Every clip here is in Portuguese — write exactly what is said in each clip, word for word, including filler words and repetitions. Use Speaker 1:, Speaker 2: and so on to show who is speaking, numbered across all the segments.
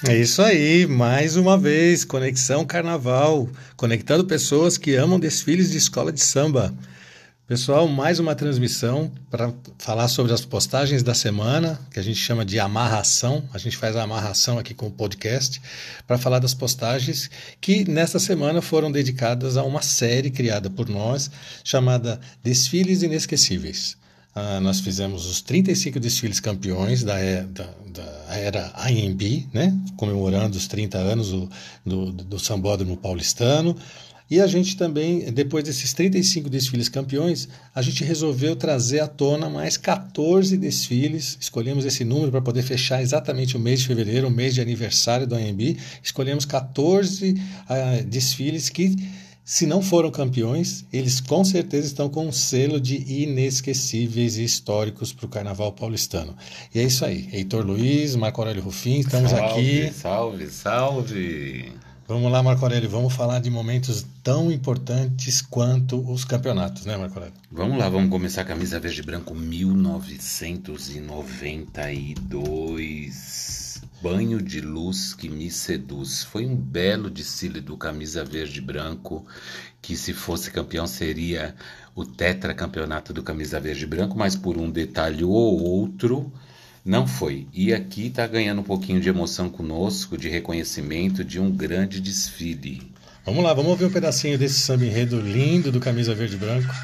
Speaker 1: É isso aí, mais uma vez, Conexão Carnaval, conectando pessoas que amam desfiles de escola de samba. Pessoal, mais uma transmissão para falar sobre as postagens da semana, que a gente chama de amarração. A gente faz a amarração aqui com o podcast para falar das postagens que nesta semana foram dedicadas a uma série criada por nós chamada Desfiles Inesquecíveis. Uh, nós fizemos os trinta e cinco desfiles campeões da, da, da era A M B, né? Comemorando os trinta anos do, do, do Sambódromo Paulistano. E a gente também, depois desses trinta e cinco desfiles campeões, a gente resolveu trazer à tona mais quatorze desfiles. Escolhemos esse número para poder fechar exatamente o mês de fevereiro, o mês de aniversário do A M B. Escolhemos quatorze uh, desfiles que, se não foram campeões, eles com certeza estão com um selo de inesquecíveis e históricos para o Carnaval paulistano. E é isso aí. Heitor Luiz, Marco Aurélio Rufim, estamos
Speaker 2: salve,
Speaker 1: aqui.
Speaker 2: Salve, salve!
Speaker 1: Vamos lá, Marco Aurélio, vamos falar de momentos tão importantes quanto os campeonatos, né, Marco Aurélio?
Speaker 2: Vamos lá, vamos começar a Camisa Verde e Branco mil novecentos e noventa e dois. Banho de luz que me seduz. Foi um belo desfile do Camisa Verde e Branco, que se fosse campeão seria o tetracampeonato do Camisa Verde e Branco, mas por um detalhe ou outro não foi. E aqui está ganhando um pouquinho de emoção conosco, de reconhecimento de um grande desfile.
Speaker 1: Vamos lá, vamos ouvir um pedacinho desse samba enredo lindo do Camisa Verde e Branco.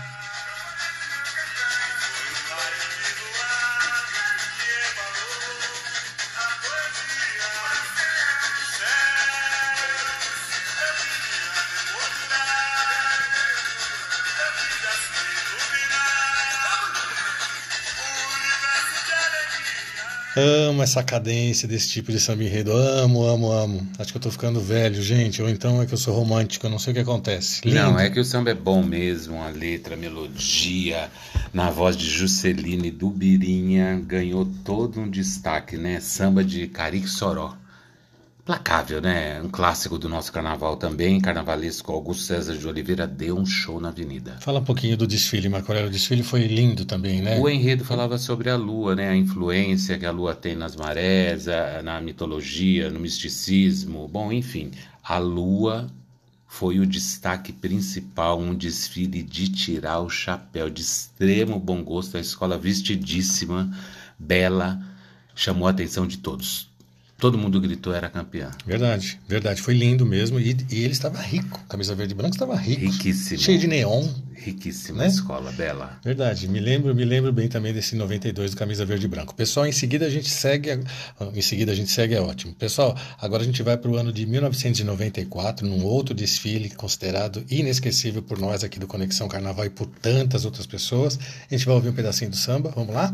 Speaker 1: Amo essa cadência desse tipo de samba enredo, amo, amo, amo. Acho que eu tô ficando velho, gente, ou então é que eu sou romântico, eu não sei o que acontece. Lindo.
Speaker 2: Não, é que o samba é bom mesmo, a letra, a melodia, na voz de Jusceline Dubirinha, ganhou todo um destaque, né? Samba de Carique Soró. Placável, né? Um clássico do nosso carnaval também, carnavalesco. Augusto César de Oliveira deu um show na avenida.
Speaker 1: Fala um pouquinho do desfile, Marco Aurélio. O desfile foi lindo também, né?
Speaker 2: O enredo falava sobre a lua, né? A influência que a lua tem nas marés, a, na mitologia, no misticismo. Bom, enfim, a lua foi o destaque principal, um desfile de tirar o chapéu, de extremo bom gosto. A escola vestidíssima, bela, chamou a atenção de todos. Todo mundo gritou, era campeã.
Speaker 1: Verdade, verdade. Foi lindo mesmo. E, e ele estava rico. Camisa verde e branco estava rico.
Speaker 2: Riquíssimo.
Speaker 1: Cheio de neon.
Speaker 2: Riquíssima, né? Escola, bela.
Speaker 1: Verdade. Me lembro, me lembro bem também desse noventa e dois do Camisa Verde e Branco. Pessoal, em seguida a gente segue. Em seguida a gente segue, é ótimo. Pessoal, agora a gente vai para o ano de mil novecentos e noventa e quatro, num outro desfile considerado inesquecível por nós aqui do Conexão Carnaval e por tantas outras pessoas. A gente vai ouvir um pedacinho do samba. Vamos lá?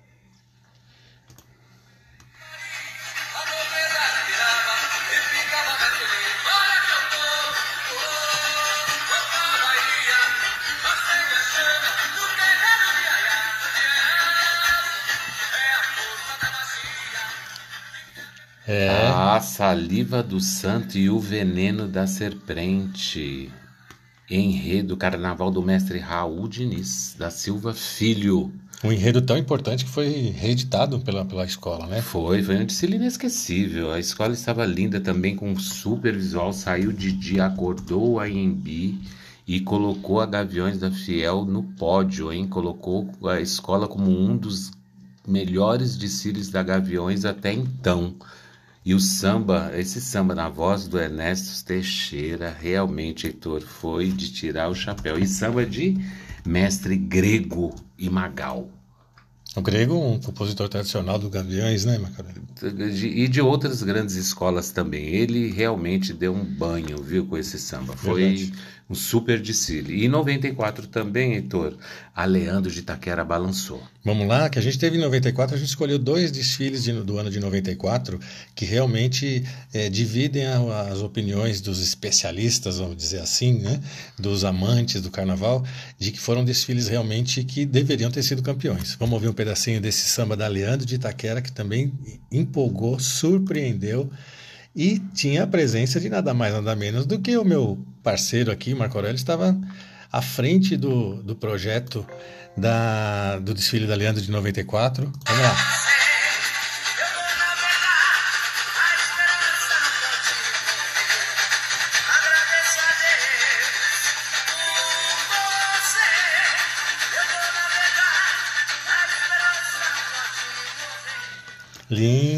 Speaker 2: É. A saliva do santo e o veneno da serpente. Enredo Carnaval do mestre Raul Diniz da Silva Filho.
Speaker 1: Um enredo tão importante que foi reeditado pela, pela escola, né?
Speaker 2: Foi, foi um desfile inesquecível. A escola estava linda também, com um super visual. Saiu de dia, acordou a A M B e colocou a Gaviões da Fiel no pódio, hein? Colocou a escola como um dos melhores desfiles da Gaviões até então. E o samba, esse samba na voz do Ernesto Teixeira, realmente, Heitor, foi de tirar o chapéu. E samba de mestre Grego e Magal.
Speaker 1: O Grego, um compositor tradicional do Gaviões, né, Marco Aurélio?
Speaker 2: E de outras grandes escolas também. Ele realmente deu um banho, viu, com esse samba. Foi Verdade. Um super desfile. E em noventa e quatro também, Heitor, a Leandro de Itaquera balançou.
Speaker 1: Vamos lá, que a gente teve em noventa e quatro, a gente escolheu dois desfiles de, do ano de noventa e quatro que realmente é, dividem a, as opiniões dos especialistas, vamos dizer assim, né, dos amantes do carnaval, de que foram desfiles realmente que deveriam ter sido campeões. Vamos ouvir um pedacinho desse samba da Leandro de Itaquera, que também empolgou, surpreendeu e tinha a presença de nada mais, nada menos do que o meu parceiro aqui, Marco Aurélio, estava à frente do, do projeto da, do desfile da Leandro de noventa e quatro. Vamos lá.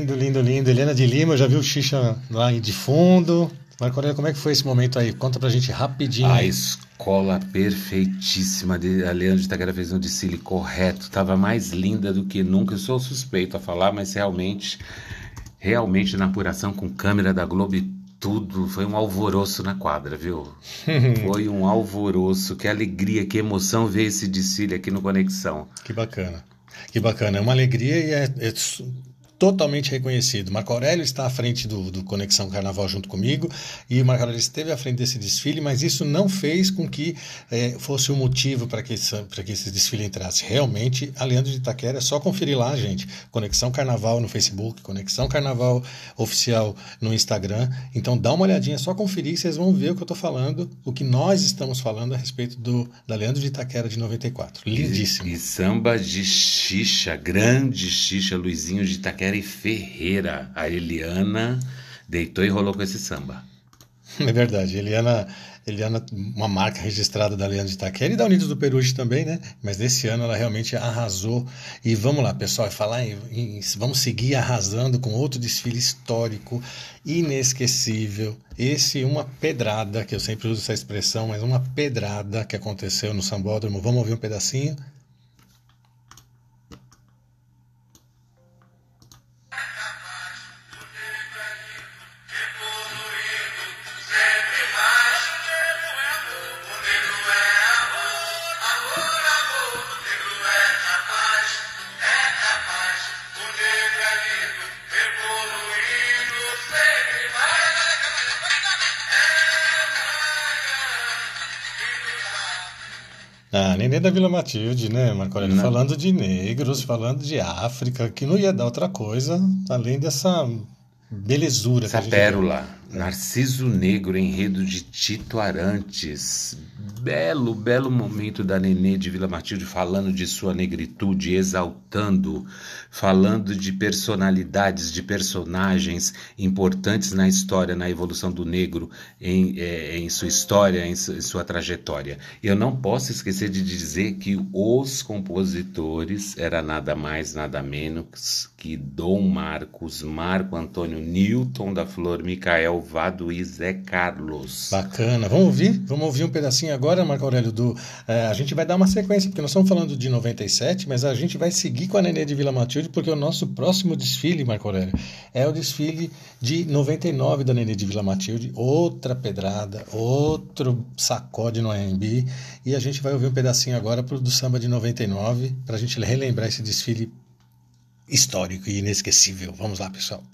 Speaker 1: Lindo, lindo, lindo. Helena de Lima, eu já vi o Xixa lá de fundo. Marco Aurélio, como é que foi esse momento aí? Conta pra gente rapidinho.
Speaker 2: A
Speaker 1: aí.
Speaker 2: escola perfeitíssima, de, a Leandro de Itaquera fez um desfile correto, estava mais linda do que nunca. Eu sou suspeito a falar, mas realmente, realmente na apuração com câmera da Globo e tudo, foi um alvoroço na quadra, viu? Foi um alvoroço, que alegria, que emoção ver esse desfile aqui no Conexão.
Speaker 1: Que bacana, que bacana. É uma alegria e é, é totalmente reconhecido. Marco Aurélio está à frente do, do Conexão Carnaval junto comigo e o Marco Aurélio esteve à frente desse desfile, mas isso não fez com que é, fosse o um motivo para que, que esse desfile entrasse. Realmente, a Leandro de Itaquera, é só conferir lá, gente. Conexão Carnaval no Facebook, Conexão Carnaval Oficial no Instagram. Então dá uma olhadinha, é só conferir, vocês vão ver o que eu estou falando, o que nós estamos falando a respeito do, da Leandro de Itaquera de noventa e quatro. Lindíssimo.
Speaker 2: E, e samba de Xixa, grande Xixa, Luizinho de Itaquera e Ferreira. A Eliana deitou e rolou com esse samba.
Speaker 1: É verdade, Eliana, Eliana, uma marca registrada da Leandro de Itaquera e da Unidos do Peruche também, né? Mas nesse ano ela realmente arrasou. E vamos lá, pessoal, falar em, em, vamos seguir arrasando com outro desfile histórico, inesquecível. Esse, uma pedrada, que eu sempre uso essa expressão, mas uma pedrada que aconteceu no Sambódromo. Vamos ouvir um pedacinho? Ah, Nenê da Vila Matilde, né, Marco Aurélio?
Speaker 2: Não.
Speaker 1: Falando de negros, falando de África, que não ia dar outra coisa além dessa belezura
Speaker 2: Essa
Speaker 1: que a gente
Speaker 2: pérola, Narciso Negro, enredo de Tito Arantes. Belo, belo momento da Nenê de Vila Matilde falando de sua negritude, exaltando, falando de personalidades, de personagens importantes na história, na evolução do negro, em, é, em sua história, em, su, em sua trajetória. E eu não posso esquecer de dizer que os compositores era nada mais, nada menos que Dom Marcos, Marco Antônio Newton da Flor, Micael Vado e Zé Carlos.
Speaker 1: Bacana. Vamos ouvir? Vamos ouvir um pedacinho agora, Marco Aurélio, do... É, a gente vai dar uma sequência, porque nós estamos falando de noventa e sete, mas a gente vai seguir com a Nenê de Vila Matilde, porque o nosso próximo desfile, Marco Aurélio, é o desfile de noventa e nove da Nenê de Vila Matilde, outra pedrada, outro sacode no A M B, e a gente vai ouvir um pedacinho agora pro, do samba de noventa e nove, para a gente relembrar esse desfile histórico e inesquecível. Vamos lá, pessoal.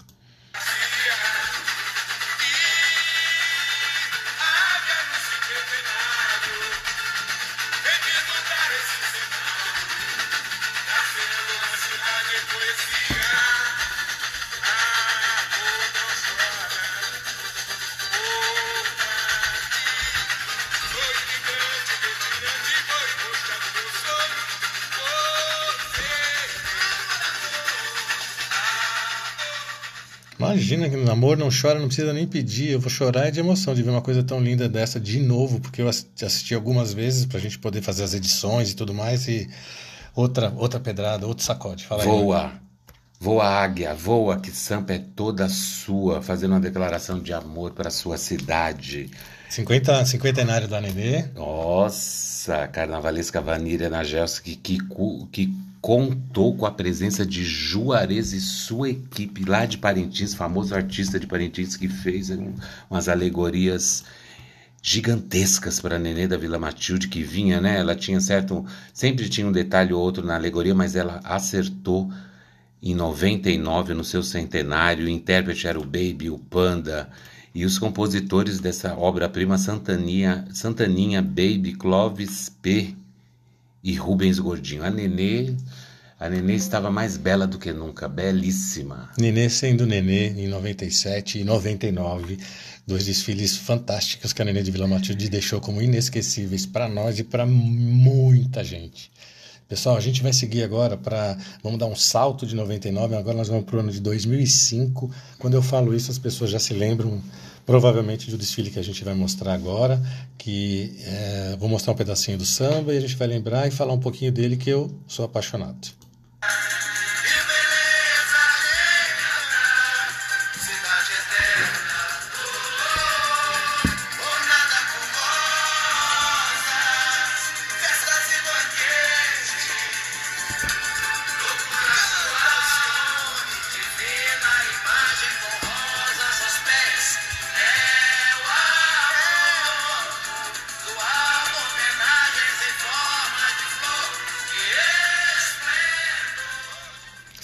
Speaker 1: Imagina que no amor não chora, não precisa nem pedir. Eu vou chorar de emoção de ver uma coisa tão linda dessa de novo, porque eu assisti algumas vezes pra gente poder fazer as edições e tudo mais, e outra, outra pedrada, outro sacode. Fala aí.
Speaker 2: Voa, voa águia, voa, que Sampa é toda sua, fazendo uma declaração de amor para sua cidade.
Speaker 1: cinquenta, cinquentenário da Nenê.
Speaker 2: Nossa, carnavalesca Vaníria Nagelski, que, que, que contou com a presença de Juarez e sua equipe lá de Parintins, famoso artista de Parintins, que fez um, umas alegorias gigantescas para a Nenê da Vila Matilde, que vinha, né? Ela tinha certo, sempre tinha um detalhe ou outro na alegoria, mas ela acertou em noventa e nove, no seu centenário. O intérprete era o Baby, o Panda, e os compositores dessa obra-prima, Santaninha, Santaninha, Baby, Clóvis P. e Rubens Gordinho. A Nenê, a Nenê estava mais bela do que nunca, belíssima.
Speaker 1: Nenê sendo Nenê em noventa e sete e noventa e nove, dois desfiles fantásticos que a Nenê de Vila Matilde deixou como inesquecíveis para nós e para muita gente. Pessoal, a gente vai seguir agora para... Vamos dar um salto de noventa e nove, agora nós vamos para o ano de dois mil e cinco. Quando eu falo isso, as pessoas já se lembram provavelmente do desfile que a gente vai mostrar agora, que é, vou mostrar um pedacinho do samba e a gente vai lembrar e falar um pouquinho dele, que eu sou apaixonado.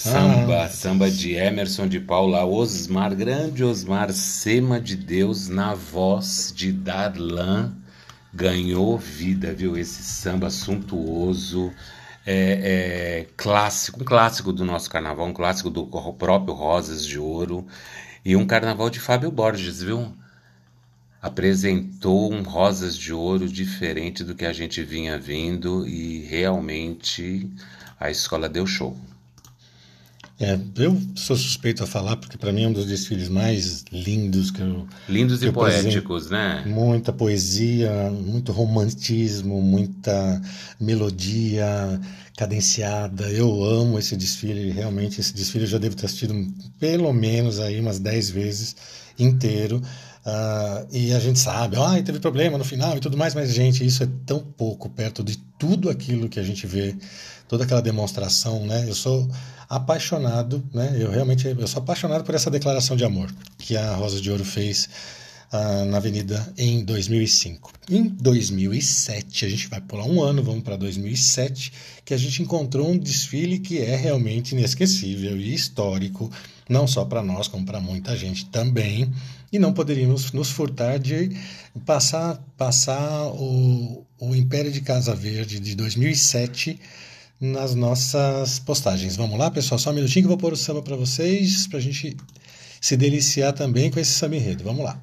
Speaker 2: Samba, ah, samba de Emerson de Paula, Osmar, grande Osmar Sema de Deus, na voz de Darlan, ganhou vida, viu? Esse samba suntuoso, é, é, clássico, um clássico do nosso carnaval, um clássico do próprio Rosas de Ouro, e um carnaval de Fábio Borges, viu? Apresentou um Rosas de Ouro diferente do que a gente vinha vindo, e realmente a escola deu show.
Speaker 1: É, eu sou suspeito a falar, porque para mim é um dos desfiles mais lindos que eu...
Speaker 2: Lindos
Speaker 1: que
Speaker 2: e
Speaker 1: eu
Speaker 2: poéticos, né?
Speaker 1: Muita poesia, muito romantismo, muita melodia cadenciada. Eu amo esse desfile, realmente esse desfile eu já devo ter assistido pelo menos aí umas dez vezes inteiro. Uh, e a gente sabe, ah, teve problema no final e tudo mais, mas gente, isso é tão pouco perto de tudo aquilo que a gente vê, toda aquela demonstração, né? Eu sou apaixonado, né? Eu realmente eu sou apaixonado por essa declaração de amor que a Rosas de Ouro fez uh, na Avenida em dois mil e cinco. Em dois mil e sete, a gente vai pular um ano, vamos para dois mil e sete, que a gente encontrou um desfile que é realmente inesquecível e histórico, não só para nós, como para muita gente também, e não poderíamos nos furtar de passar, passar o, o Império de Casa Verde de dois mil e sete nas nossas postagens. Vamos lá, pessoal? Só um minutinho que eu vou pôr o samba para vocês, para a gente se deliciar também com esse samba enredo. Vamos lá.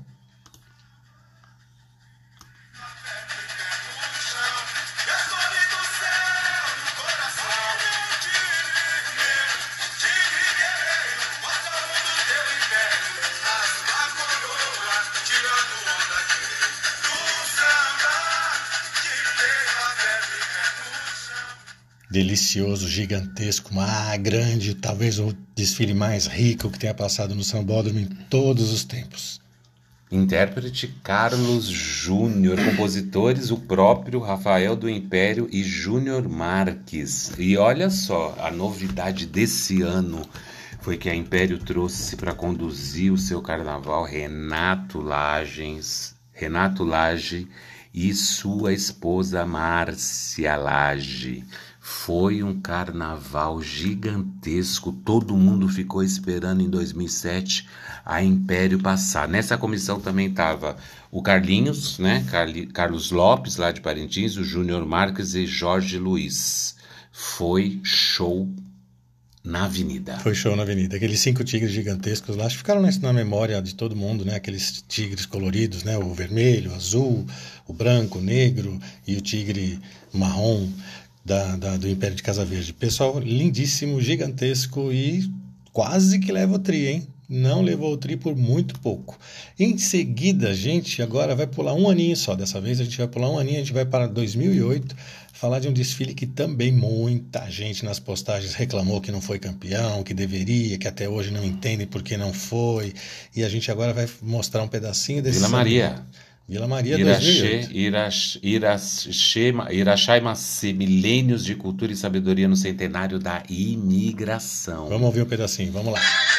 Speaker 1: Delicioso, gigantesco, uma grande, talvez o desfile mais rico que tenha passado no Sambódromo em todos os tempos.
Speaker 2: Intérprete Carlos Júnior, compositores o próprio Rafael do Império e Júnior Marques. E olha só, a novidade desse ano foi que a Império trouxe para conduzir o seu carnaval Renato Lagens, Renato Lage e sua esposa Márcia Lage. Foi um carnaval gigantesco, todo mundo ficou esperando em dois mil e sete a Império passar. Nessa comissão também estava o Carlinhos, né? Carlos Lopes, lá de Parintins, o Júnior Marques e Jorge Luiz. Foi show na Avenida.
Speaker 1: Foi show na Avenida. Aqueles cinco tigres gigantescos lá, acho que ficaram na memória de todo mundo, né? Aqueles tigres coloridos, né? O vermelho, o azul, o branco, o negro e o tigre marrom. Da, da, do Império de Casa Verde. Pessoal lindíssimo, gigantesco e quase que leva o tri, hein? Não levou o tri por muito pouco. Em seguida, a gente agora vai pular um aninho só. Dessa vez a gente vai pular um aninho, a gente vai para dois mil e oito, falar de um desfile que também muita gente nas postagens reclamou que não foi campeão, que deveria, que até hoje não entendem por que não foi. E a gente agora vai mostrar um pedacinho desse...
Speaker 2: Vila Maria.
Speaker 1: Vila Maria dois mil e oito.
Speaker 2: Iraxá e Macê, milênios de cultura e sabedoria no centenário da imigração.
Speaker 1: Vamos ouvir um pedacinho, vamos lá.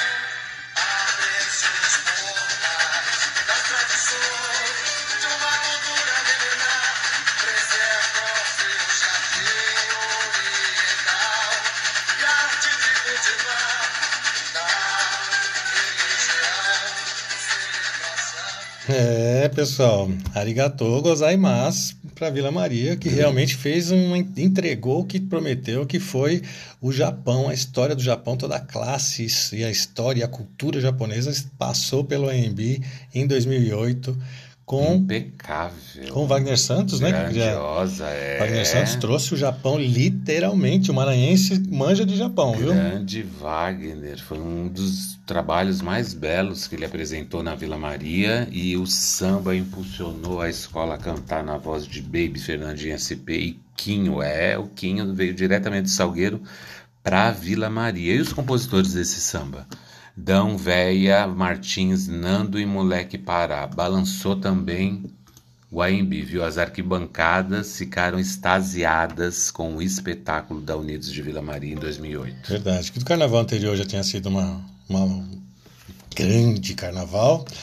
Speaker 1: É, pessoal, arigatou gozaimasu para Vila Maria, que realmente fez um, entregou o que prometeu, que foi o Japão, a história do Japão, toda a classe e a história e a cultura japonesa passou pelo A M B em dois mil e oito. Com,
Speaker 2: impecável.
Speaker 1: Com Wagner Santos, né?
Speaker 2: Grandiosa, é.
Speaker 1: Wagner Santos trouxe o Japão literalmente. O maranhense manja de Japão,
Speaker 2: Grande
Speaker 1: viu?
Speaker 2: Grande Wagner. Foi um dos trabalhos mais belos que ele apresentou na Vila Maria. E o samba impulsionou a escola a cantar na voz de Baby, Fernandinho S P e Quinho. É, o Quinho veio diretamente do Salgueiro para Vila Maria. E os compositores desse samba? Dão Véia, Martins, Nando e Moleque Pará. Balançou também o A M B, viu? As arquibancadas ficaram extasiadas com o espetáculo da Unidos de Vila Maria em dois mil e oito.
Speaker 1: Verdade, que o carnaval anterior já tinha sido uma, uma grande carnaval.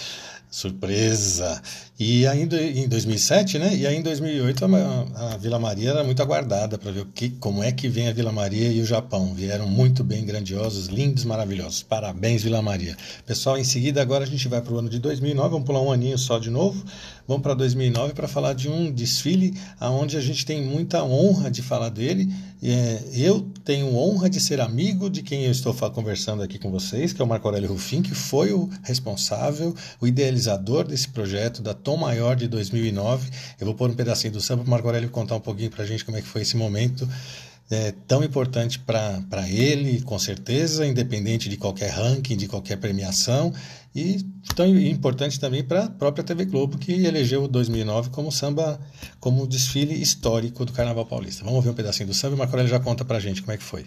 Speaker 1: Surpresa! E ainda em dois mil e sete, né? E aí em dois mil e oito a, a Vila Maria era muito aguardada para ver o que, como é que vem a Vila Maria e o Japão. Vieram muito bem, grandiosos, lindos, maravilhosos. Parabéns, Vila Maria. Pessoal, em seguida agora a gente vai para o ano de dois mil e nove, vamos pular um aninho só de novo. Vamos para dois mil e nove para falar de um desfile onde a gente tem muita honra de falar dele. É, eu tenho honra de ser amigo de quem eu estou conversando aqui com vocês, que é o Marco Aurélio Rufin, que foi o responsável, o idealizador desse projeto da Tom Maior de dois mil e nove. Eu vou pôr um pedacinho do samba para o Marco Aurélio contar um pouquinho para a gente como é que foi esse momento é, tão importante para ele, com certeza, independente de qualquer ranking, de qualquer premiação, e tão importante também para a própria T V Globo, que elegeu dois mil e nove como samba, como desfile histórico do Carnaval Paulista. Vamos ver um pedacinho do samba e o Marco Aurélio já conta para a gente como é que foi.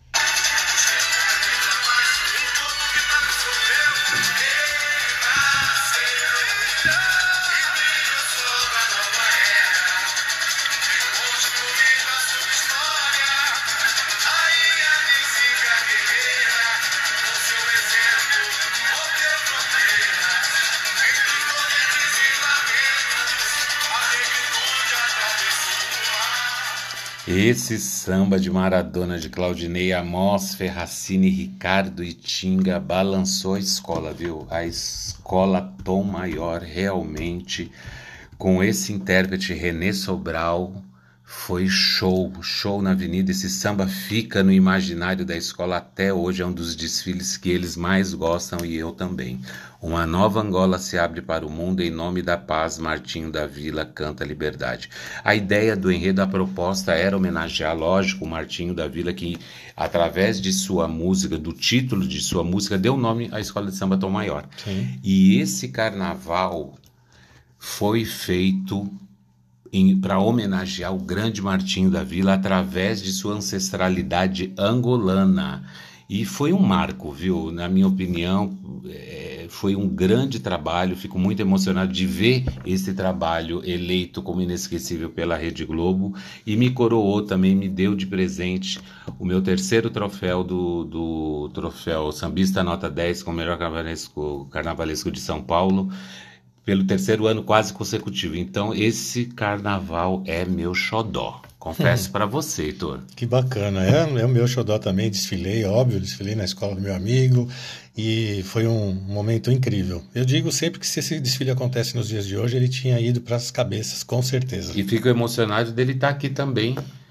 Speaker 2: Esse samba de Maradona, de Claudinei, Amós, Ferracini, Ricardo e Tinga balançou a escola, viu? A escola Tom Maior, realmente, com esse intérprete René Sobral, foi show, show na avenida. Esse samba fica no imaginário da escola até hoje, é um dos desfiles que eles mais gostam e eu também. Uma nova Angola se abre para o mundo, em nome da paz, Martinho da Vila canta liberdade. A ideia do enredo, a proposta era homenagear, lógico, o Martinho da Vila, que através de sua música, do título de sua música, deu nome à Escola de Samba Tom Maior. Sim. E esse carnaval foi feito para homenagear o grande Martinho da Vila através de sua ancestralidade angolana. E foi um marco, viu? Na minha opinião, é, foi um grande trabalho. Fico muito emocionado de ver esse trabalho eleito como inesquecível pela Rede Globo. E me coroou também, me deu de presente o meu terceiro troféu do, do troféu Sambista Nota dez, com o melhor carnavalesco, carnavalesco de São Paulo, pelo terceiro ano quase consecutivo. Então, esse carnaval é meu xodó. Confesso hum. para você, Heitor.
Speaker 1: Que bacana. É, é o meu xodó também. Desfilei, óbvio, desfilei na escola do meu amigo e foi um momento incrível. Eu digo sempre que se esse desfile acontece nos dias de hoje, ele tinha ido para as cabeças, com certeza.
Speaker 2: E fico emocionado dele estar aqui também,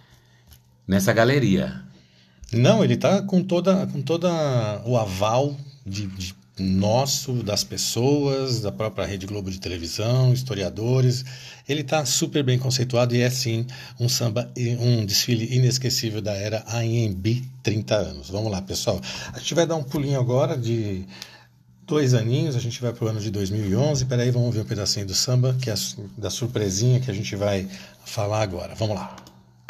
Speaker 2: nessa galeria.
Speaker 1: Não, ele está com toda, com toda o aval de, de nosso, das pessoas, da própria Rede Globo de televisão, historiadores. Ele está super bem conceituado e é sim um samba, um desfile inesquecível da era A M B trinta anos. Vamos lá, pessoal. A gente vai dar um pulinho agora de dois aninhos, a gente vai para o ano de dois mil e onze. Peraí, vamos ver um pedacinho do samba, que é da surpresinha que a gente vai falar agora. Vamos lá.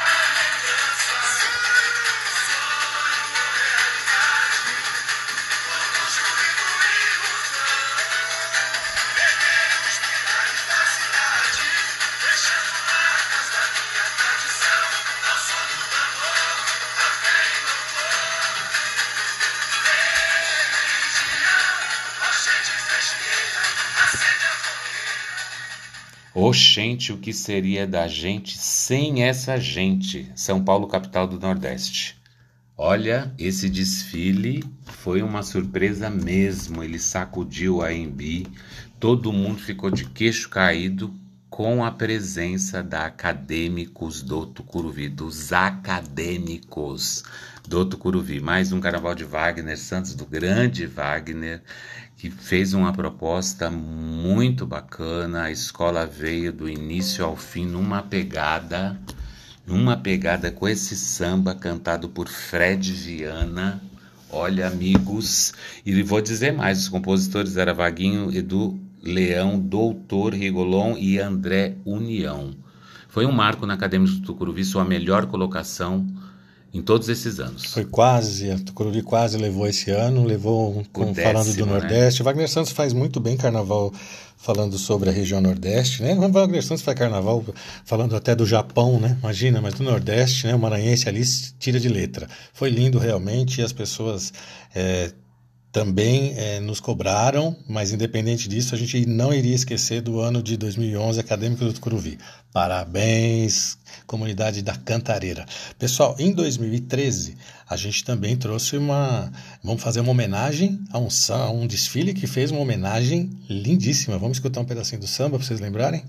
Speaker 2: Oxente, o que seria da gente sem essa gente? São Paulo, capital do Nordeste. Olha, esse desfile foi uma surpresa mesmo. Ele sacudiu a Embi, todo mundo ficou de queixo caído com a presença da Acadêmicos do Tucuruvi, dos Acadêmicos do Tucuruvi. Mais um carnaval de Wagner Santos, do grande Wagner, que fez uma proposta muito bacana. A escola veio do início ao fim numa pegada, numa pegada com esse samba cantado por Fred Viana. Olha, amigos, e vou dizer mais, os compositores eram Vaguinho, Edu Leão, Doutor Rigolon e André União. Foi um marco na Acadêmica do Tucuruvi, sua melhor colocação em todos esses anos.
Speaker 1: Foi quase, a Tucuruvi quase levou esse ano, levou com, décimo, falando do Nordeste. Né? Wagner Santos faz muito bem carnaval falando sobre a região Nordeste, né? O Wagner Santos faz carnaval falando até do Japão, né? Imagina, mas do Nordeste, né? O maranhense ali tira de letra. Foi lindo realmente e as pessoas é, também é, nos cobraram, mas independente disso, a gente não iria esquecer do ano de dois mil e onze acadêmico do Tucuruvi. Parabéns, comunidade da Cantareira. Pessoal, em dois mil e treze, a gente também trouxe uma... Vamos fazer uma homenagem a um, a um desfile que fez uma homenagem lindíssima. Vamos escutar um pedacinho do samba para vocês lembrarem?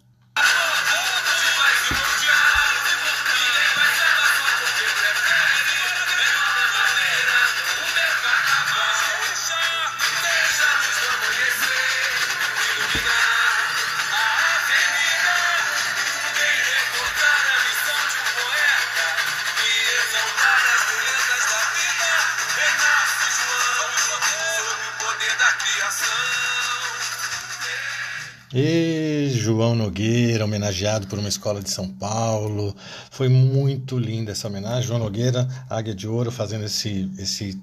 Speaker 1: E João Nogueira, homenageado por uma escola de São Paulo. Foi muito linda essa homenagem. João Nogueira, Águia de Ouro, fazendo esse, esse,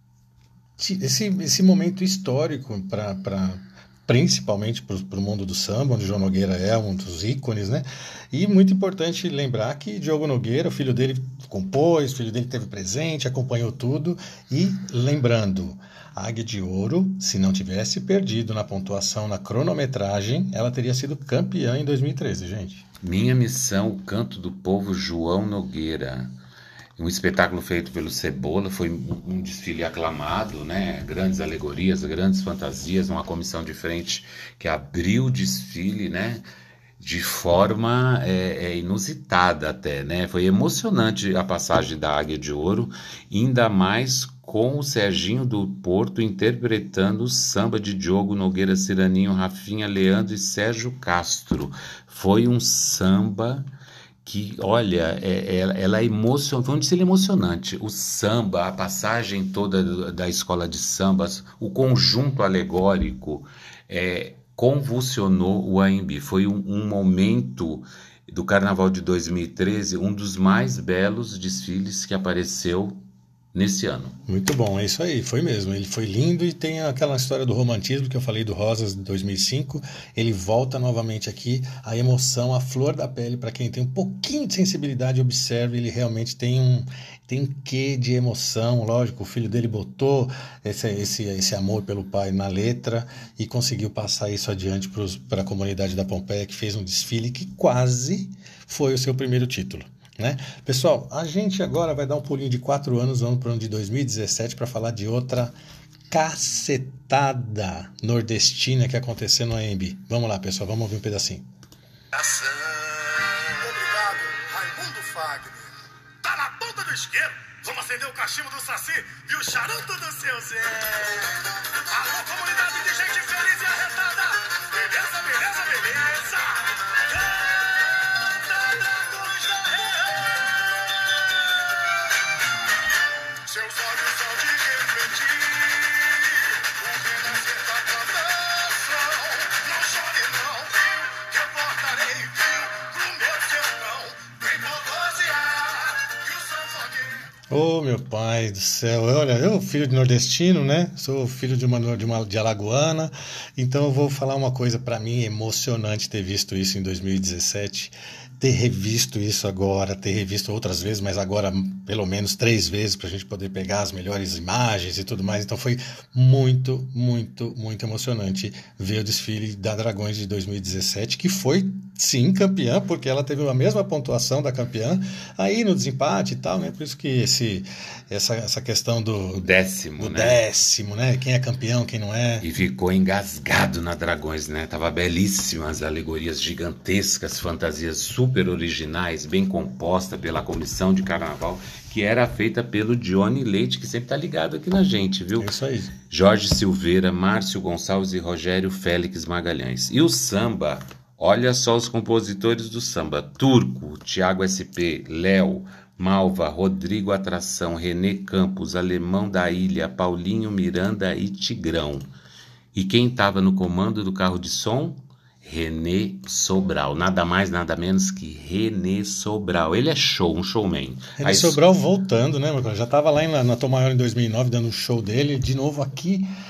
Speaker 1: esse, esse momento histórico, pra, pra, principalmente para o mundo do samba, onde João Nogueira é um dos ícones, né? E muito importante lembrar que Diogo Nogueira, o filho dele compôs, o filho dele teve presente, acompanhou tudo. E lembrando... A Águia de Ouro, se não tivesse perdido na pontuação na cronometragem, ela teria sido campeã em dois mil e treze, gente.
Speaker 2: Minha Missão, o Canto do Povo, João Nogueira. Um espetáculo feito pelo Cebola, foi um desfile aclamado, né? Grandes alegorias, grandes fantasias, uma comissão de frente que abriu o desfile, né? De forma é, é, inusitada até, né? Foi emocionante a passagem da Águia de Ouro, ainda mais com o Serginho do Porto interpretando o samba de Diogo Nogueira, Ciraninho, Rafinha, Leandro e Sérgio Castro. Foi um samba que, olha, é, é, ela é emocionante, foi um desfile emocionante. O samba, a passagem toda da escola de sambas, o conjunto alegórico, é, convulsionou o A M B. Foi um, um momento do Carnaval de dois mil e treze, um dos mais belos desfiles que apareceu nesse ano.
Speaker 1: Muito bom, é isso aí, foi mesmo. Ele foi lindo e tem aquela história do romantismo que eu falei do Rosas de dois mil e cinco. Ele volta novamente aqui, a emoção, a flor da pele, para quem tem um pouquinho de sensibilidade, observe, ele realmente tem um, tem um quê de emoção. Lógico, o filho dele botou esse, esse, esse amor pelo pai na letra e conseguiu passar isso adiante para a comunidade da Pompeia, que fez um desfile que quase foi o seu primeiro título. Né? Pessoal, a gente agora vai dar um pulinho de quatro anos, vamos para o ano de dois mil e dezessete para falar de outra cacetada nordestina que aconteceu no A M B. Vamos lá, pessoal, vamos ouvir um pedacinho.
Speaker 3: Obrigado, Raimundo Fagner. Tá na ponta do isqueiro, vamos acender o cachimbo do Saci e o charuto do seu Zé. Alô, comunidade de gente feliz e arretada. Beleza, beleza, beleza. Seus olhos são de refletir o renascer da plantação. Não chore não, viu, que eu cortarei fio pro meu sertão. Vem povosear, que o sanfoneiro...
Speaker 1: Ô, meu pai do céu, olha, eu filho de nordestino, né? Sou filho de uma, de uma de alagoana, então eu vou falar uma coisa para mim emocionante ter visto isso em dois mil e dezessete. Ter revisto isso agora, ter revisto outras vezes, mas agora pelo menos três vezes para a gente poder pegar as melhores imagens e tudo mais. Então foi muito, muito, muito emocionante ver o desfile da Dragões de dois mil e dezessete, que foi, sim, campeã, porque ela teve a mesma pontuação da campeã, aí no desempate e tal, né? Por isso que esse, essa, essa questão do...
Speaker 2: O décimo,
Speaker 1: do
Speaker 2: né?
Speaker 1: décimo, né? Quem é campeão, quem não é.
Speaker 2: E ficou engasgado na Dragões, né? Tava belíssimas alegorias gigantescas, fantasias super super originais, bem composta pela comissão de carnaval, que era feita pelo Johnny Leite, que sempre tá ligado aqui na gente, viu?
Speaker 1: É isso aí.
Speaker 2: Jorge Silveira, Márcio Gonçalves e Rogério Félix Magalhães. E o samba, olha só os compositores do samba: Turco, Tiago S P, Léo, Malva, Rodrigo Atração, Renê Campos, Alemão da Ilha, Paulinho Miranda e Tigrão. E quem estava no comando do carro de som? Renê Sobral, nada mais, nada menos que Renê Sobral. Ele é show, um showman.
Speaker 1: Renê
Speaker 2: Aí,
Speaker 1: Sobral voltando, né, meu? Já estava lá em, na Tom Maior em dois mil e nove, dando um show dele, de novo aqui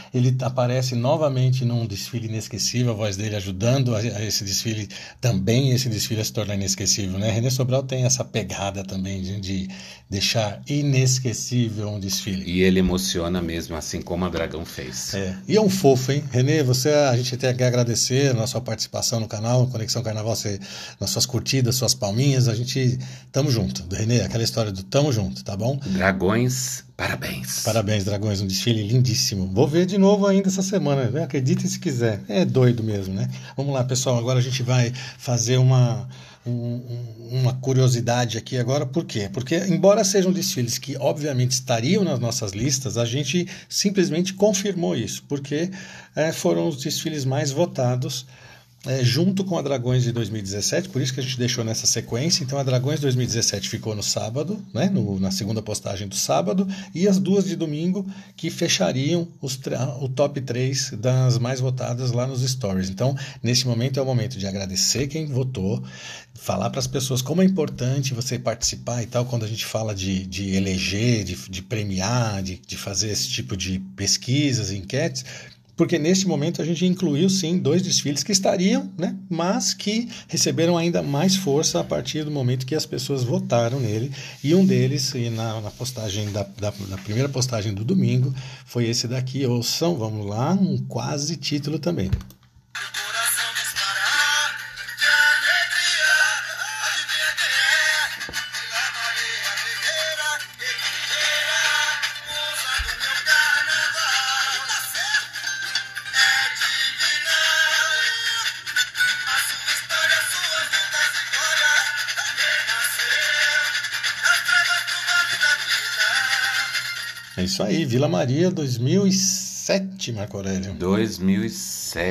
Speaker 1: ele aparece novamente num desfile inesquecível, a voz dele ajudando a, a esse desfile, também esse desfile a se tornar inesquecível, né? René Sobral tem essa pegada também de, de deixar inesquecível um desfile.
Speaker 2: E ele emociona mesmo, assim como a Dragão fez.
Speaker 1: É. E é um fofo, hein? René, você, a gente tem que agradecer a sua participação no canal, Conexão Carnaval, você, nas suas curtidas, suas palminhas, a gente tamo junto. Do René, aquela história do tamo junto, tá bom?
Speaker 2: Dragões, parabéns.
Speaker 1: Parabéns, Dragões, um desfile lindíssimo. Vou ver de novo ainda essa semana, né? Acreditem se quiser. É doido mesmo, né? Vamos lá, pessoal, agora a gente vai fazer uma... uma curiosidade aqui agora, por quê? Porque embora sejam desfiles que obviamente estariam nas nossas listas, a gente simplesmente confirmou isso, porque é, foram os desfiles mais votados é, junto com a Dragões de dois mil e dezessete, por isso que a gente deixou nessa sequência. Então a Dragões dois mil e dezessete ficou no sábado, né, no, na segunda postagem do sábado, e as duas de domingo que fechariam os, o top três das mais votadas lá nos stories. Então, nesse momento é o momento de agradecer quem votou, falar para as pessoas como é importante você participar e tal, quando a gente fala de, de eleger, de, de premiar, de, de fazer esse tipo de pesquisas, enquetes, porque nesse momento a gente incluiu sim dois desfiles que estariam, né, mas que receberam ainda mais força a partir do momento que as pessoas votaram nele, e um deles, e na, na postagem da, da, na primeira postagem do domingo, foi esse daqui. Ouçam, vamos lá, um quase título também.
Speaker 3: Coração disparar de alegria, adivinha quem é? Vila Maria Guerreira, guerreira, musa do meu carnaval. Tá certo? É divina a sua história, suas lutas e glória. Renasceu das trevas do vale da vida.
Speaker 1: É isso aí, Vila Maria dois mil e sete, Marco Aurélio.
Speaker 2: dois mil e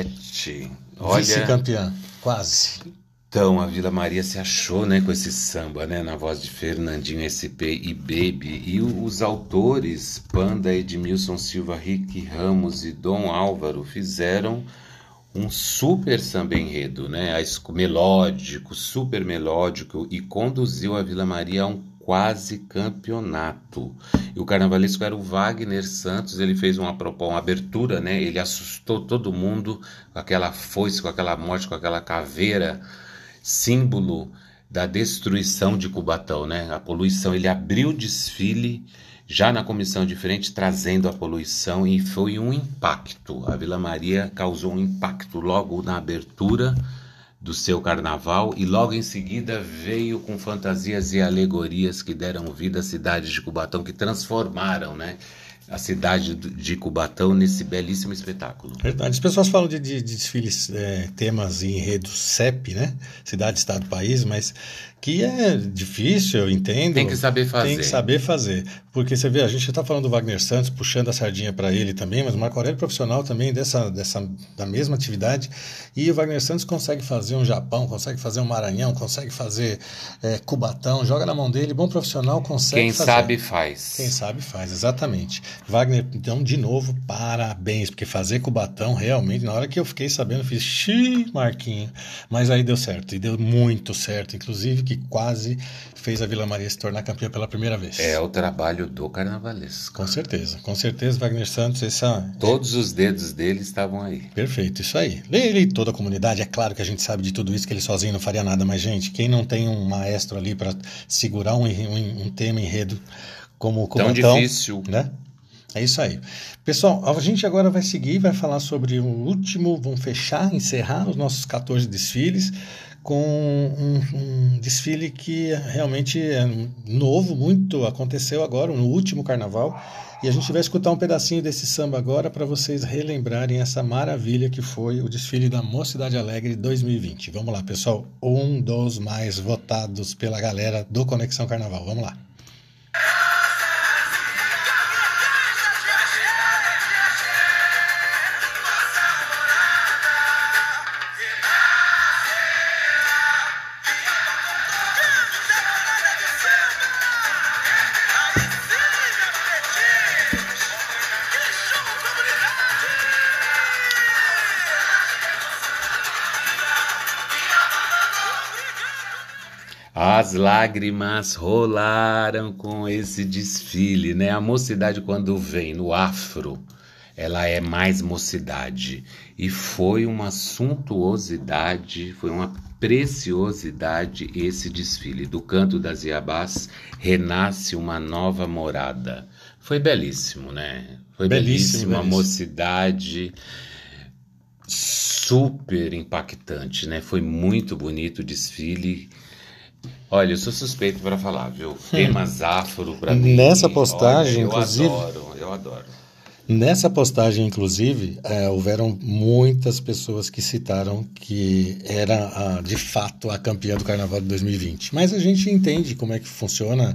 Speaker 2: sete. Olha,
Speaker 1: vice-campeã, quase.
Speaker 2: então a Vila Maria se achou, né, com esse samba, né, na voz de Fernandinho S P e Baby. E o, os autores, Panda, Edmilson Silva, Rick Ramos e Dom Álvaro, fizeram um super samba enredo, né, melódico, super melódico, e conduziu a Vila Maria a um quase campeonato. E o carnavalesco era o Wagner Santos. Ele fez uma, uma abertura, né? Ele assustou todo mundo com aquela foice, com aquela morte, com aquela caveira, símbolo da destruição de Cubatão, né? A poluição. Ele abriu o desfile já na comissão de frente, trazendo a poluição, e foi um impacto. A Vila Maria causou um impacto logo na abertura do seu carnaval, e logo em seguida veio com fantasias e alegorias que deram vida à cidade de Cubatão, que transformaram, né, a cidade de Cubatão nesse belíssimo espetáculo.
Speaker 1: Verdade. As pessoas falam de, de, de desfiles, é, temas e enredos C E P, né? Cidade, Estado, País, mas que é difícil, eu entendo.
Speaker 2: Tem que saber fazer.
Speaker 1: Tem que saber fazer. Porque você vê, a gente está falando do Wagner Santos, puxando a sardinha para ele também, mas o Marco Aurélio é profissional também dessa, dessa, da mesma atividade, e o Wagner Santos consegue fazer um Japão, consegue fazer um Maranhão, consegue fazer é, Cubatão, joga na mão dele, bom profissional, consegue
Speaker 2: Quem
Speaker 1: fazer.
Speaker 2: sabe faz.
Speaker 1: Quem sabe faz, exatamente. Wagner, então, de novo, parabéns, porque fazer Cubatão, realmente, na hora que eu fiquei sabendo, eu fiz, xiii, Marquinho, mas aí deu certo, e deu muito certo, inclusive que quase fez a Vila Maria se tornar campeã pela primeira vez.
Speaker 2: É o trabalho do carnavalesco.
Speaker 1: Com certeza, com certeza, Wagner Santos, essa...
Speaker 2: Todos os dedos dele estavam aí.
Speaker 1: Perfeito, isso aí. Ele e toda a comunidade, é claro que a gente sabe de tudo isso, que ele sozinho não faria nada, mas, gente, quem não tem um maestro ali para segurar um, um, um tema, enredo como o
Speaker 2: Tão
Speaker 1: Cubatão,
Speaker 2: difícil.
Speaker 1: né? É isso aí. Pessoal, a gente agora vai seguir, vai falar sobre o último, vamos fechar, encerrar os nossos quatorze desfiles com um, um desfile que realmente é novo, muito aconteceu agora, no último carnaval, e a gente vai escutar um pedacinho desse samba agora para vocês relembrarem essa maravilha que foi o desfile da Mocidade Alegre dois mil e vinte. Vamos lá, pessoal, um dos mais votados pela galera do Conexão Carnaval. Vamos lá.
Speaker 2: As lágrimas rolaram com esse desfile, né? A mocidade, quando vem no afro, ela é mais mocidade. E foi uma suntuosidade, foi uma preciosidade esse desfile. Do Canto das Iabás renasce uma nova morada. Foi belíssimo, né? Foi belíssimo,
Speaker 1: Belíssimo,
Speaker 2: a
Speaker 1: belíssimo.
Speaker 2: mocidade super impactante, né? Foi muito bonito o desfile. Olha, eu sou suspeito para falar, viu? Temas afro para mim.
Speaker 1: Nessa postagem,
Speaker 2: olha, eu
Speaker 1: inclusive-
Speaker 2: adoro, eu adoro.
Speaker 1: Nessa postagem, inclusive, é, houveram muitas pessoas que citaram que era, a, de fato, a campeã do Carnaval de dois mil e vinte. Mas a gente entende como é que funciona,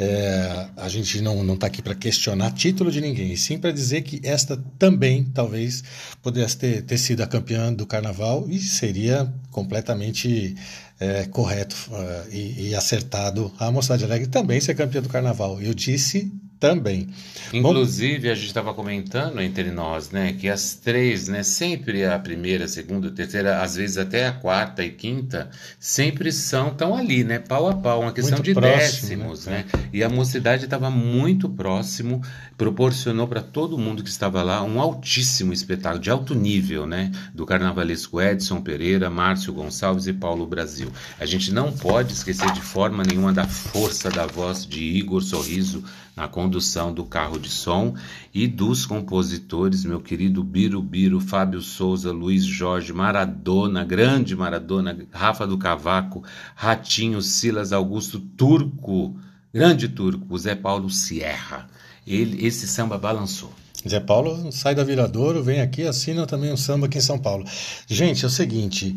Speaker 1: é, a gente não está aqui para questionar título de ninguém, e sim para dizer que esta também, talvez, pudesse ter, ter sido a campeã do Carnaval e seria completamente é, correto é, e, e acertado a Mocidade Alegre também ser campeã do Carnaval. Eu disse também.
Speaker 2: Inclusive, a gente estava comentando entre nós, né, que as três, né, sempre a primeira, a segunda, a terceira, às vezes até a quarta e quinta, sempre são, estão ali, né, pau a pau, uma questão
Speaker 1: Muito
Speaker 2: de
Speaker 1: próximo,
Speaker 2: décimos,
Speaker 1: né?
Speaker 2: né, e a Mocidade estava muito próximo, proporcionou para todo mundo que estava lá um altíssimo espetáculo, de alto nível, né, do carnavalesco Edson Pereira, Márcio Gonçalves e Paulo Brasil. A gente não pode esquecer de forma nenhuma da força da voz de Igor Sorriso na condução do carro de som e dos compositores, meu querido Biro Biro, Fábio Souza, Luiz Jorge, Maradona, grande Maradona, Rafa do Cavaco, Ratinho, Silas Augusto, Turco, grande Turco, Zé Paulo Sierra. Ele, esse samba balançou.
Speaker 1: Zé Paulo sai da Viradouro, vem aqui, assina também um samba aqui em São Paulo. Gente, é o seguinte,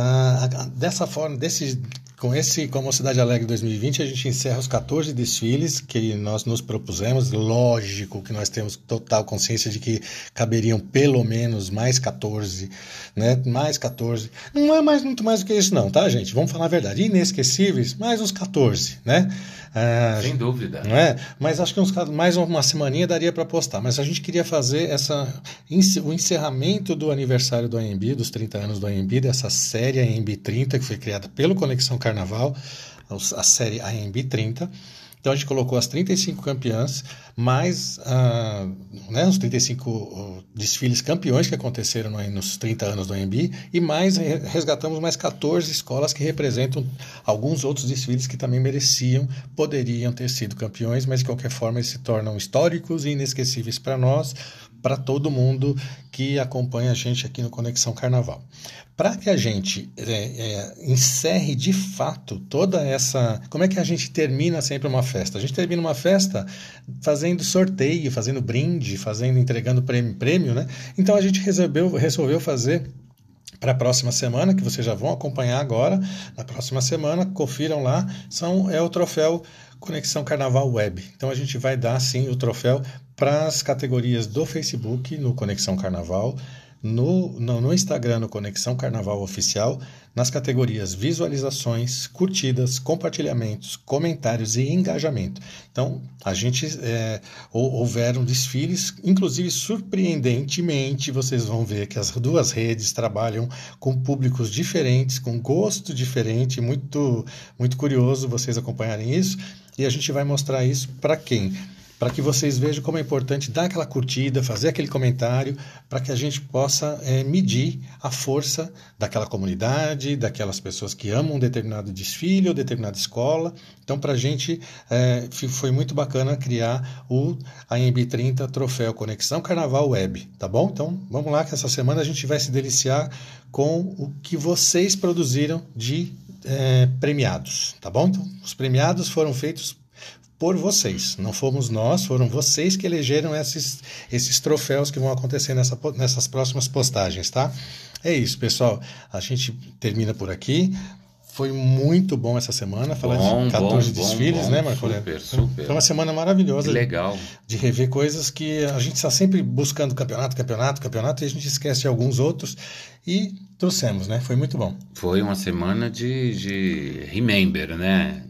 Speaker 1: uh, dessa forma, desse, com esse com a Mocidade Alegre dois mil e vinte, a gente encerra os quatorze desfiles que nós nos propusemos. Lógico que nós temos total consciência de que caberiam pelo menos mais quatorze, né? Mais quatorze. Não é mais, muito mais do que isso não, tá, gente? Vamos falar a verdade. Inesquecíveis, mais uns quatorze, né? Ah,
Speaker 2: Sem dúvida.
Speaker 1: Não é? Mas acho que uns, mais uma semaninha daria para postar. Mas a gente queria fazer essa, o encerramento do aniversário do A M B, dos trinta anos do A M B, dessa série A M B trinta, que foi criada pelo Conexão Carnaval, a série A M B trinta. Então a gente colocou as trinta e cinco campeãs, mais ah, né, os trinta e cinco uh, desfiles campeões que aconteceram no, nos trinta anos do A M B, e mais resgatamos mais quatorze escolas que representam alguns outros desfiles que também mereciam, poderiam ter sido campeões, mas de qualquer forma eles se tornam históricos e inesquecíveis para nós, para todo mundo que acompanha a gente aqui no Conexão Carnaval. Para que a gente é, é, encerre de fato toda essa... Como é que a gente termina sempre uma festa? A gente termina uma festa fazendo sorteio, fazendo brinde, fazendo, entregando prêmio, prêmio, né? Então a gente resolveu, resolveu fazer para a próxima semana, que vocês já vão acompanhar agora. Na próxima semana, confiram lá, são, é o troféu Conexão Carnaval Web. Então a gente vai dar sim o troféu para as categorias do Facebook, no Conexão Carnaval, No, no, no Instagram, no Conexão Carnaval Oficial, nas categorias visualizações, curtidas, compartilhamentos, comentários e engajamento. Então, a gente é, houveram desfiles, inclusive surpreendentemente, vocês vão ver que as duas redes trabalham com públicos diferentes, com gosto diferente, muito, muito curioso vocês acompanharem isso, e a gente vai mostrar isso para quem? Para que vocês vejam como é importante dar aquela curtida, fazer aquele comentário, para que a gente possa é, medir a força daquela comunidade, daquelas pessoas que amam um determinado desfile ou determinada escola. Então, para a gente é, foi muito bacana criar o A M B trinta Troféu Conexão Carnaval Web, tá bom? Então, vamos lá que essa semana a gente vai se deliciar com o que vocês produziram de é, premiados, tá bom? Então, os premiados foram feitos por vocês, não fomos nós, foram vocês que elegeram esses, esses troféus que vão acontecer nessa, nessas próximas postagens, tá? É isso, pessoal, a gente termina por aqui. Foi muito bom essa semana, falar
Speaker 2: bom,
Speaker 1: de quatorze
Speaker 2: bom,
Speaker 1: desfiles,
Speaker 2: bom,
Speaker 1: né, Marco?
Speaker 2: Super, super.
Speaker 1: Foi uma semana maravilhosa.
Speaker 2: Que legal.
Speaker 1: De rever coisas que a gente está sempre buscando campeonato, campeonato, campeonato, e a gente esquece de alguns outros, e trouxemos, né? Foi muito bom.
Speaker 2: Foi uma semana de, de remember, né?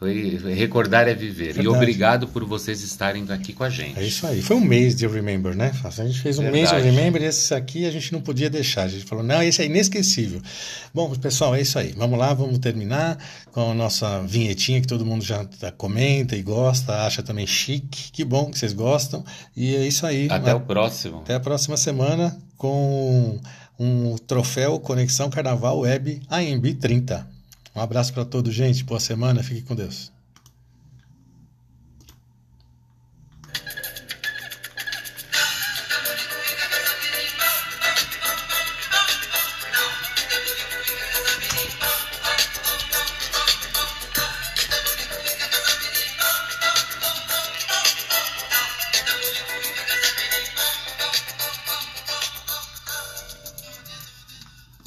Speaker 2: Foi recordar é viver.
Speaker 1: Verdade.
Speaker 2: E obrigado por vocês estarem aqui com a gente.
Speaker 1: É isso aí. Foi um mês de Remember, né? A gente fez um
Speaker 2: Verdade.
Speaker 1: mês de Remember e esse aqui a gente não podia deixar. A gente falou, não, esse é inesquecível. Bom, pessoal, é isso aí. Vamos lá, vamos terminar com a nossa vinhetinha que todo mundo já comenta e gosta, acha também chique. Que bom que vocês gostam. E é isso aí.
Speaker 2: Até o próximo.
Speaker 1: Até a próxima semana com um troféu Conexão Carnaval Web A M B trinta. Um abraço para todos, gente. Boa semana. Fique com Deus.